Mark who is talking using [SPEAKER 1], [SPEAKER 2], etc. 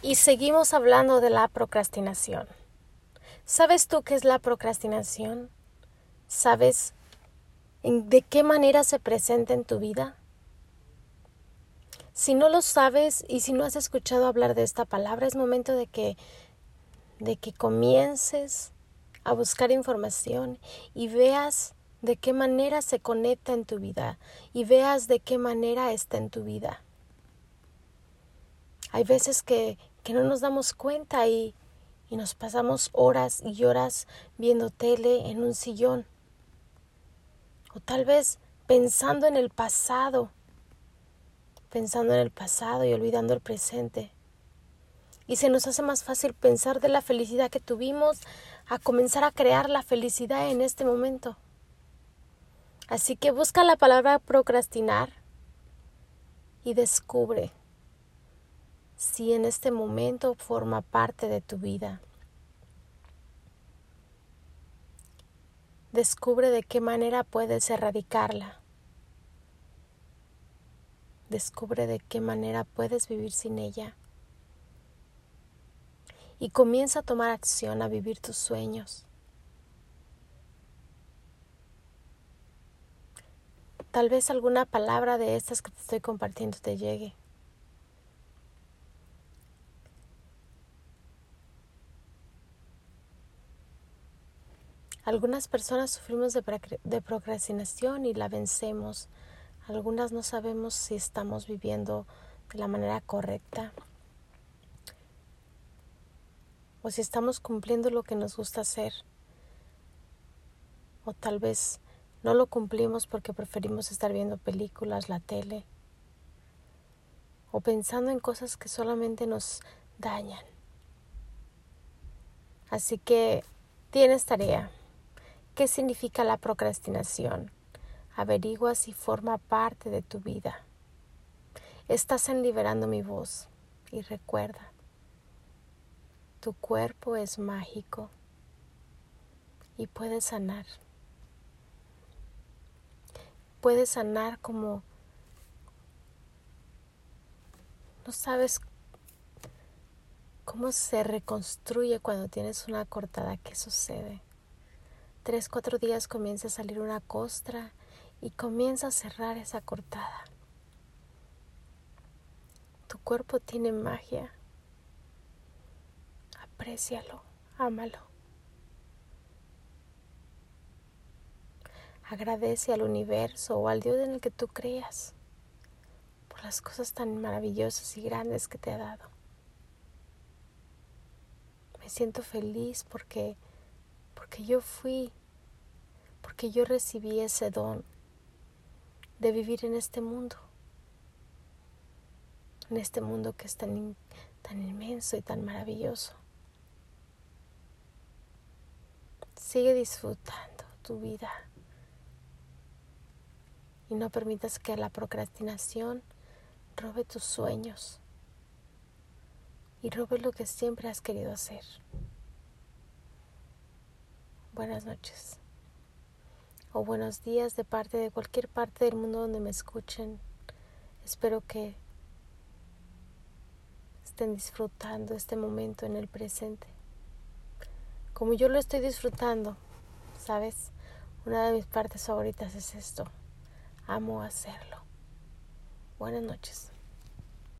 [SPEAKER 1] Y seguimos hablando de la procrastinación. ¿Sabes tú qué es la procrastinación? ¿Sabes de qué manera se presenta en tu vida? Si no lo sabes y si no has escuchado hablar de esta palabra, es momento de que comiences a buscar información y veas de qué manera se conecta en tu vida y veas de qué manera está en tu vida. Hay veces que no nos damos cuenta y nos pasamos horas y horas viendo tele en un sillón. O tal vez pensando en el pasado y olvidando el presente. Y se nos hace más fácil pensar de la felicidad que tuvimos a comenzar a crear la felicidad en este momento. Así que busca la palabra procrastinar y descubre si en este momento forma parte de tu vida. Descubre de qué manera puedes erradicarla. Descubre de qué manera puedes vivir sin ella. Y comienza a tomar acción, a vivir tus sueños. Tal vez alguna palabra de estas que te estoy compartiendo te llegue. Algunas personas sufrimos de procrastinación y la vencemos. Algunas no sabemos si estamos viviendo de la manera correcta o si estamos cumpliendo lo que nos gusta hacer. O tal vez no lo cumplimos porque preferimos estar viendo películas, la tele, o pensando en cosas que solamente nos dañan. Así que tienes tarea. ¿Qué significa la procrastinación? Averigua si forma parte de tu vida. Estás en Liberando mi Voz y recuerda, tu cuerpo es mágico y puedes sanar. Puedes sanar como no sabes cómo se reconstruye cuando tienes una cortada. ¿Qué sucede? 3, 4 días comienza a salir una costra y comienza a cerrar esa cortada. Tu cuerpo tiene magia. Aprécialo, ámalo. Agradece al universo o al Dios en el que tú creas por las cosas tan maravillosas y grandes que te ha dado. Me siento feliz porque yo recibí ese don de vivir en este mundo que es tan inmenso y tan maravilloso. Sigue disfrutando tu vida y no permitas que la procrastinación robe tus sueños y robe lo que siempre has querido hacer. Buenas noches o buenos días de cualquier parte del mundo donde me escuchen. Espero que estén disfrutando este momento en el presente como yo lo estoy disfrutando. ¿Sabes? Una de mis partes favoritas es esto. Amo hacerlo. Buenas noches.